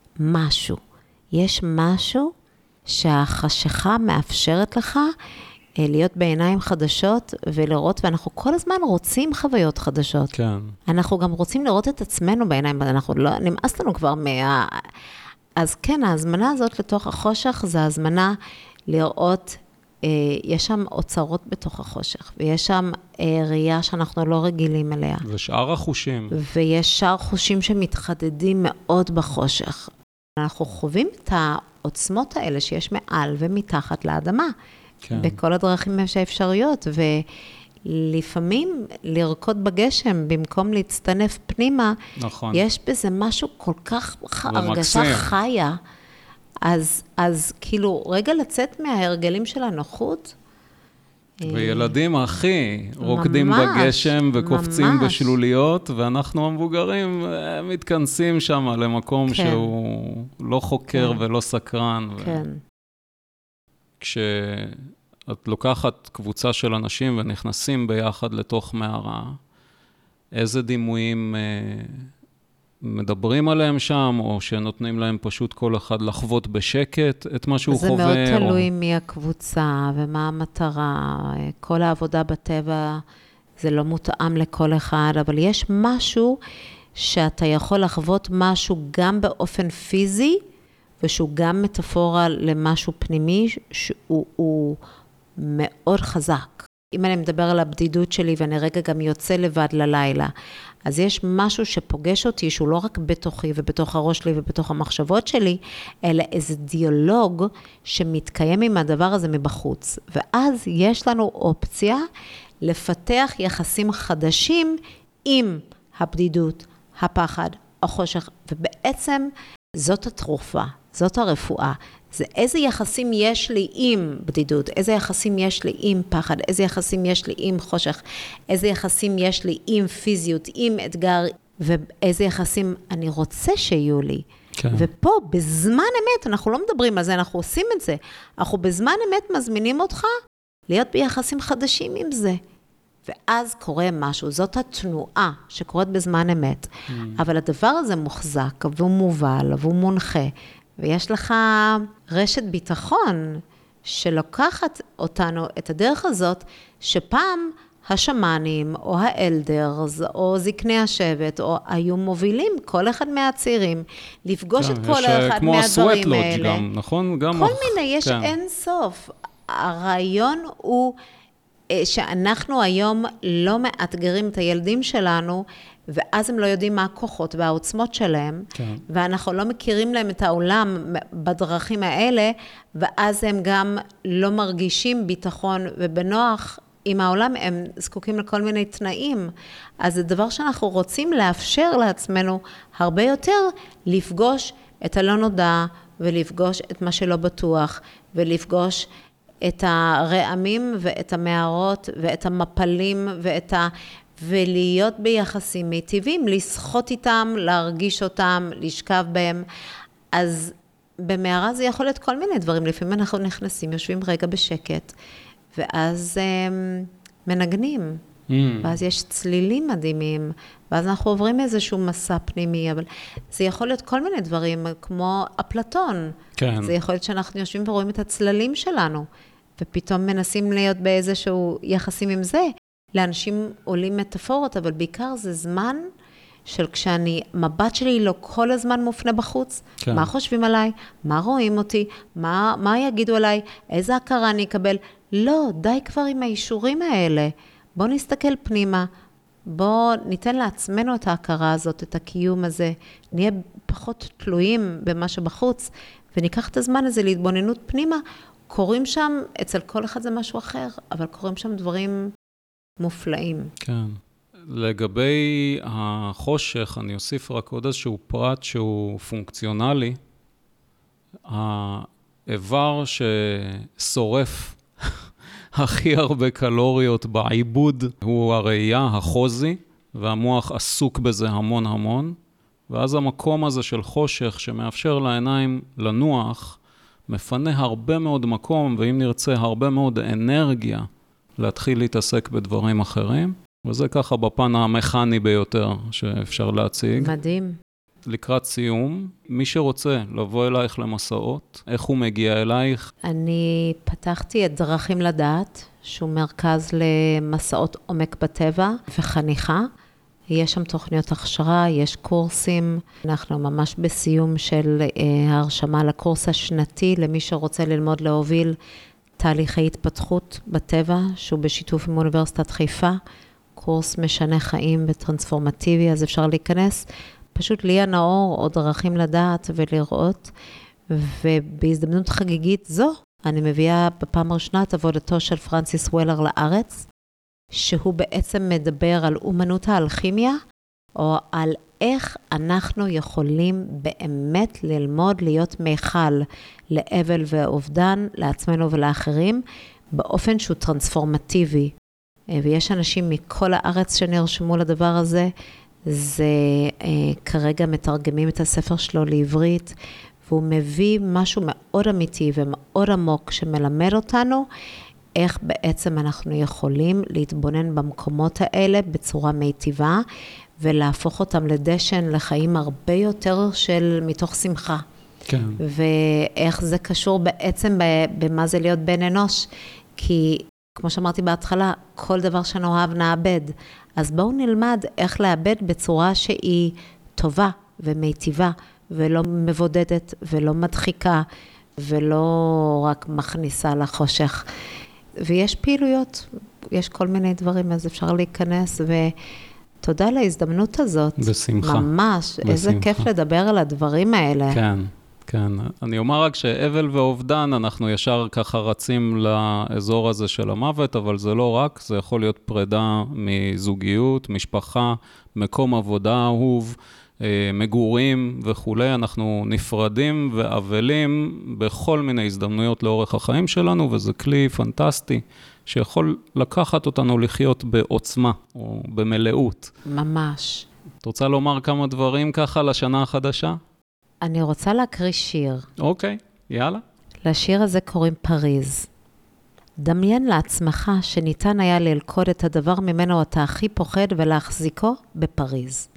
משהו. יש משהו שהחשיכה מאפשרת לך להיות בעיניים חדשות ולראות, ואנחנו כל הזמן רוצים חוויות חדשות. כן. אנחנו גם רוצים לראות את עצמנו בעיניים, אנחנו לא, נמאס לנו כבר מה... אז כן, ההזמנה הזאת לתוך החושך, זה ההזמנה לראות, אה, יש שם אוצרות בתוך החושך, ויש שם אה, ראייה שאנחנו לא רגילים אליה. ושאר החושים. ויש שאר חושים שמתחדדים מאוד בחושך. אנחנו חווים את העוצמות האלה שיש מעל ומתחת לאדמה. כן. בכל הדרכים שהאפשריות, ולפעמים לרקוד בגשם, במקום להצטנף פנימה, נכון. יש בזה משהו כל כך, הרגשה חיה, אז, אז כאילו, רגע לצאת מההרגלים של הנוחות, וילדים הכי רוקדים ממש, בגשם וקופצים ממש. בשלוליות, ואנחנו המבוגרים מתכנסים שם למקום כן. שהוא לא חוקר כן. ולא סקרן. כן. ו... כשאת לוקחת קבוצה של אנשים ונכנסים ביחד לתוך מערה, איזה דימויים אה, מדברים עליהם שם, או שנותנים להם פשוט כל אחד לחוות בשקט את מה שהוא זה חווה. זה מאוד תלוי או... מי הקבוצה ומה המטרה. כל העבודה בטבע זה לא מותאם לכל אחד, אבל יש משהו שאתה יכול לחוות משהו גם באופן פיזי, ושהוא גם מטאפורה למשהו פנימי, שהוא הוא מאוד חזק. אם אני מדבר על הבדידות שלי, ואני רגע גם יוצא לבד ללילה, אז יש משהו שפוגש אותי, שהוא לא רק בתוכי ובתוך הראש שלי ובתוך המחשבות שלי, אלא איזה דיאלוג שמתקיים עם הדבר הזה מבחוץ. ואז יש לנו אופציה לפתח יחסים חדשים עם הבדידות, הפחד, החושך, ובעצם זאת התרופה. זאת הרפואה. זה איזה יחסים יש לי עם בדידות, איזה יחסים יש לי עם פחד, איזה יחסים יש לי עם חושך, איזה יחסים יש לי עם פיזיות, עם אתגר, ואיזה יחסים אני רוצה שיהיו לי. כן. ופה, בזמן אמת, אנחנו לא מדברים על זה, אנחנו עושים את זה. אנחנו בזמן אמת מזמינים אותך להיות ביחסים חדשים עם זה. ואז קורה משהו, זאת התנועה שקורית בזמן אמת. Mm. אבל הדבר הזה מוחזק, והוא מובל, והוא מונחה, ויש לך רשת ביטחון שלוקחת אותנו את הדרך הזאת, שפעם השמנים או האלדרס או זקני השבט או היו מובילים כל אחד מהצעירים לפגוש את כל אחד מהדברים האלה. גם, נכון? גם כל מיני, יש אין סוף. הרעיון הוא שאנחנו היום לא מאתגרים את הילדים שלנו, ואז הם לא יודעים מה הכוחות והעוצמות שלהם, כן. ואנחנו לא מכירים להם את העולם בדרכים האלה, ואז הם גם לא מרגישים ביטחון ובנוח עם העולם, הם זקוקים לכל מיני תנאים. אז זה דבר שאנחנו רוצים לאפשר לעצמנו הרבה יותר, לפגוש את הלא נודע, ולפגוש את מה שלא בטוח, ולפגוש את הרעמים ואת המערות ואת המפלים ואת ה... ולהיות ביחסים מיטיבים, לשחות איתם, להרגיש אותם, לשכב בהם. אז במערה זה יכול להיות כל מיני דברים. לפעמים אנחנו נכנסים, יושבים רגע בשקט, ואז um, מנגנים. Mm. ואז יש צלילים מדהימים, ואז אנחנו עוברים איזשהו מסע פנימי, אבל זה יכול להיות כל מיני דברים, כמו אפלטון. כן. זה יכול להיות שאנחנו יושבים ורואים את הצללים שלנו, ופתאום מנסים להיות באיזשהו יחסים עם זה. לאנשים עולים מטאפורות, אבל בעיקר זה זמן של כשאני, מבט שלי לא כל הזמן מופנה בחוץ, כן. מה חושבים עליי, מה רואים אותי, מה, מה יגידו עליי, איזה הכרה אני אקבל. לא, די כבר עם האישורים האלה. בוא נסתכל פנימה, בוא ניתן לעצמנו את ההכרה הזאת, את הקיום הזה, נהיה פחות תלויים במה שבחוץ, וניקח את הזמן הזה להתבוננות פנימה. קוראים שם, אצל כל אחד זה משהו אחר, אבל קוראים שם דברים מופלאים. כן. לגבי החושך, אני אוסיף רק עוד איזשהו פרט שהוא פונקציונלי. האיבר ששורף הכי הרבה קלוריות בעיבוד הוא הראייה, החוזי, והמוח עסוק בזה המון המון. ואז המקום הזה של חושך שמאפשר לעיניים לנוח, מפנה הרבה מאוד מקום, ואם נרצה הרבה מאוד אנרגיה, להתחיל להתעסק בדברים אחרים, וזה ככה בפן המכני ביותר שאפשר להציג. מדהים. לקראת סיום, מי שרוצה לבוא אלייך למסעות, איך הוא מגיע אלייך? אני פתחתי את דרכים לדעת, שהוא מרכז למסעות עומק בטבע וחניכה. יש שם תוכניות הכשרה, יש קורסים. אנחנו ממש בסיום של ההרשמה לקורס השנתי, למי שרוצה ללמוד להוביל תהליכי התפתחות בטבע, שהוא בשיתוף עם אוניברסיטת חיפה. קורס משנה חיים וטרנספורמטיבי, אז אפשר להיכנס. פשוט ליה נאור, או דרכים לדעת ולראות. ובהזדמנות חגיגית זו, אני מביאה בפעם הראשונה את עבודתו של פרנסיס וולר לארץ, שהוא בעצם מדבר על אומנות האלכימיה, או על איך אנחנו יכולים באמת ללמוד להיות מיכל לאבל ואובדן, לעצמנו ולאחרים, באופן שהוא טרנספורמטיבי. ויש אנשים מכל הארץ שנרשמו לדבר הזה, זה כרגע מתרגמים את הספר שלו לעברית, והוא מביא משהו מאוד אמיתי ומאוד עמוק שמלמד אותנו, איך בעצם אנחנו יכולים להתבונן במקומות האלה בצורה מיטיבה, ולהפוך אותם לדשן לחיים הרבה יותר של מתוך שמחה. כן. ואיך זה קשור בעצם במה זה להיות בן אנוש, כי כמו שאמרתי בהתחלה, כל דבר שנאהב נאבד. אז בואו נלמד איך לאבד בצורה שהיא טובה ומיטיבה, ולא מבודדת ולא מדחיקה, ולא רק מכניסה לחושך. ויש פעילויות, יש כל מיני דברים, אז אפשר להיכנס, ותודה על ההזדמנות הזאת. בשמחה. ממש, בשמחה. איזה כיף לדבר על הדברים האלה. כן, כן. אני אומר רק שאבל ואובדן, אנחנו ישר ככה רצים לאזור הזה של המוות, אבל זה לא רק, זה יכול להיות פרידה מזוגיות, משפחה, מקום עבודה אהוב, מגורים וכולי, אנחנו נפרדים ואבלים בכל מיני הזדמנויות לאורך החיים שלנו, וזה כלי פנטסטי שיכול לקחת אותנו לחיות בעוצמה או במלאות. ממש. את רוצה לומר כמה דברים ככה לשנה החדשה? אני רוצה להקריא שיר. אוקיי, יאללה. לשיר הזה קוראים פריז. דמיין לעצמך שניתן היה ללכוד את הדבר ממנו אתה הכי פוחד ולהחזיקו בפריז.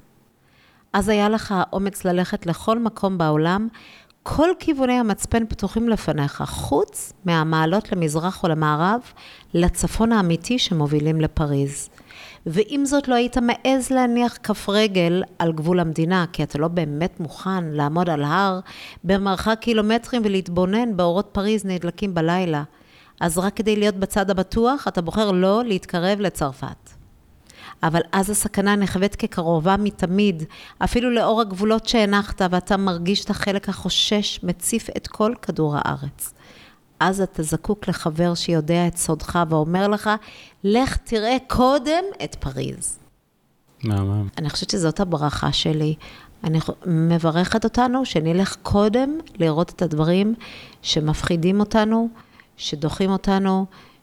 אז היה לך האומץ ללכת לכל מקום בעולם, כל כיווני המצפן פתוחים לפניך, חוץ מהמעלות למזרח או למערב, לצפון האמיתי שמובילים לפריז. ואם זאת לא היית מעז להניח כף רגל על גבול המדינה, כי אתה לא באמת מוכן לעמוד על הר במרחק קילומטרים ולהתבונן באורות פריז נדלקים בלילה. אז רק כדי להיות בצד הבטוח, אתה בוחר לא להתקרב לצרפת. אבל אז הסכנה נחווית כקרובה מתמיד, אפילו לאור הגבולות שהנחת, ואתה מרגיש את החלק החושש, מציף את כל כדור הארץ. אז אתה זקוק לחבר שיודע את סודך, ואומר לך, לך תראה קודם את פריז. מהמם. אני חושבת שזאת הברכה שלי. אני מברכת אותנו שנלך קודם לראות את הדברים שמפחידים אותנו, שדוחים אותנו,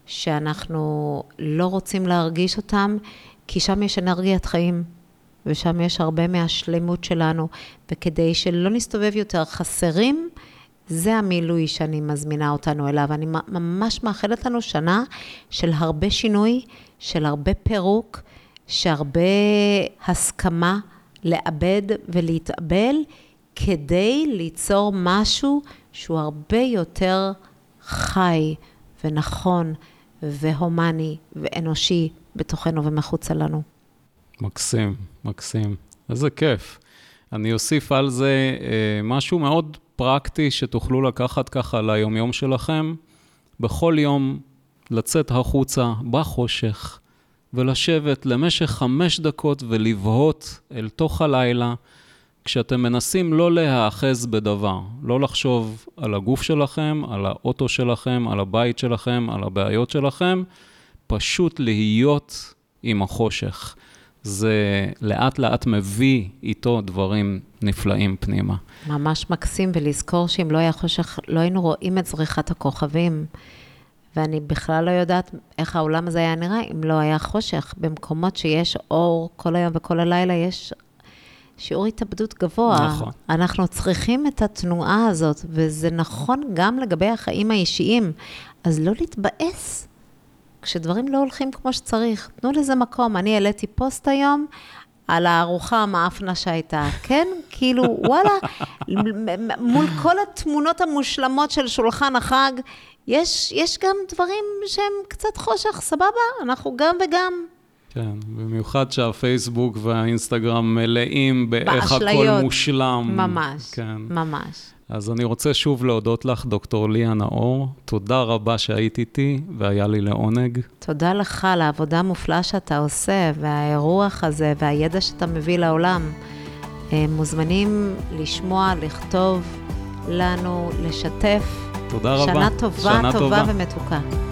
שאנחנו לא רוצים להרגיש אותם, כי שם יש אנרגיית חיים, ושם יש הרבה מהשלמות שלנו, וכדי שלא נסתובב יותר חסרים, זה המילוי שאני מזמינה אותנו אליו. אני ממש מאחלת לנו שנה של הרבה שינוי, של הרבה פירוק, שהרבה הסכמה לאבד ולהתאבל, כדי ליצור משהו שהוא הרבה יותר חי ונכון והומני ואנושי בתוכנו ומחוצה לנו. מקסים, מקסים. איזה כיף. אני אוסיף על זה אה, משהו מאוד פרקטי שתוכלו לקחת ככה ליומיום שלכם. בכל יום לצאת החוצה בחושך ולשבת למשך חמש דקות ולבהות אל תוך הלילה, כשאתם מנסים לא להאחז בדבר, לא לחשוב על הגוף שלכם, על האוטו שלכם, על הבית שלכם, על הבעיות שלכם, פשוט להיות עם החושך. זה לאט לאט מביא איתו דברים נפלאים פנימה. ממש מקסים, ולזכור שאם לא היה חושך, לא היינו רואים את זריחת הכוכבים. ואני בכלל לא יודעת איך העולם הזה היה נראה, אם לא היה חושך. במקומות שיש אור כל היום וכל הלילה, יש שיעור התאבדות גבוה. נכון. אנחנו צריכים את התנועה הזאת, וזה נכון גם לגבי החיים האישיים. אז לא להתבאס כשדברים לא הולכים כמו שצריך. תנו לזה מקום. אני העליתי פוסט היום על הארוחה המאפנה שהייתה, כן? כאילו, וואלה, מול כל התמונות המושלמות של שולחן החג, יש, יש גם דברים שהם קצת חושך, סבבה? אנחנו גם וגם. כן, במיוחד שהפייסבוק והאינסטגרם מלאים באיך הכל מושלם. ממש, כן. ממש. אז אני רוצה שוב להודות לך, דוקטור ליה נאור. תודה רבה שהיית איתי, והיה לי לעונג. תודה לך על העבודה המופלאה שאתה עושה, והאירוח הזה, והידע שאתה מביא לעולם. מוזמנים לשמוע, לכתוב לנו, לשתף. תודה רבה. שנה טובה, שנה טובה טובה ומתוקה.